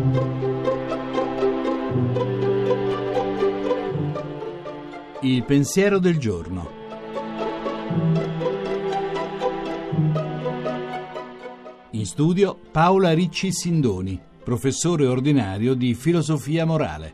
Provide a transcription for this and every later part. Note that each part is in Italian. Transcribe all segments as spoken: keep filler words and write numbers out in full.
Il pensiero del giorno. In studio Paola Ricci Sindoni, professore ordinario di filosofia morale.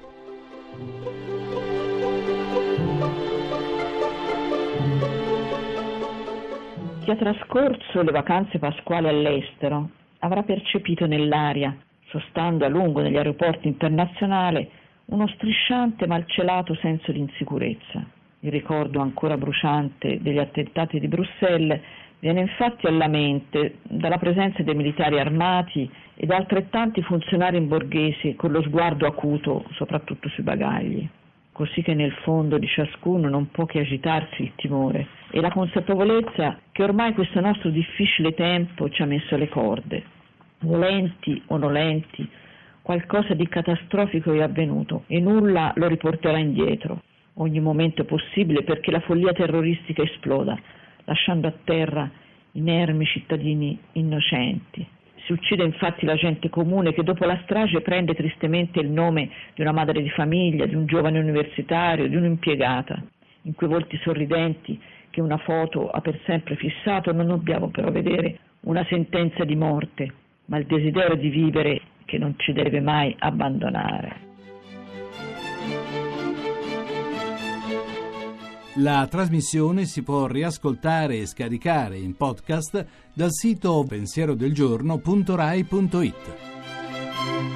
Chi ha trascorso le vacanze pasquali all'estero avrà percepito nell'aria, sostando a lungo negli aeroporti internazionali, uno strisciante malcelato senso di insicurezza. Il ricordo ancora bruciante degli attentati di Bruxelles viene infatti alla mente dalla presenza dei militari armati e da altrettanti funzionari borghesi con lo sguardo acuto soprattutto sui bagagli. Così che nel fondo di ciascuno non può che agitarsi il timore e la consapevolezza che ormai questo nostro difficile tempo ci ha messo alle corde. Volenti o nolenti, qualcosa di catastrofico è avvenuto e nulla lo riporterà indietro. Ogni momento è possibile perché la follia terroristica esploda, lasciando a terra inermi cittadini innocenti. Si uccide infatti la gente comune che dopo la strage prende tristemente il nome di una madre di famiglia, di un giovane universitario, di un'impiegata. In quei volti sorridenti che una foto ha per sempre fissato non dobbiamo però vedere una sentenza di morte, ma il desiderio di vivere che non ci deve mai abbandonare. La trasmissione si può riascoltare e scaricare in podcast dal sito pensierodelgiorno punto rai punto it.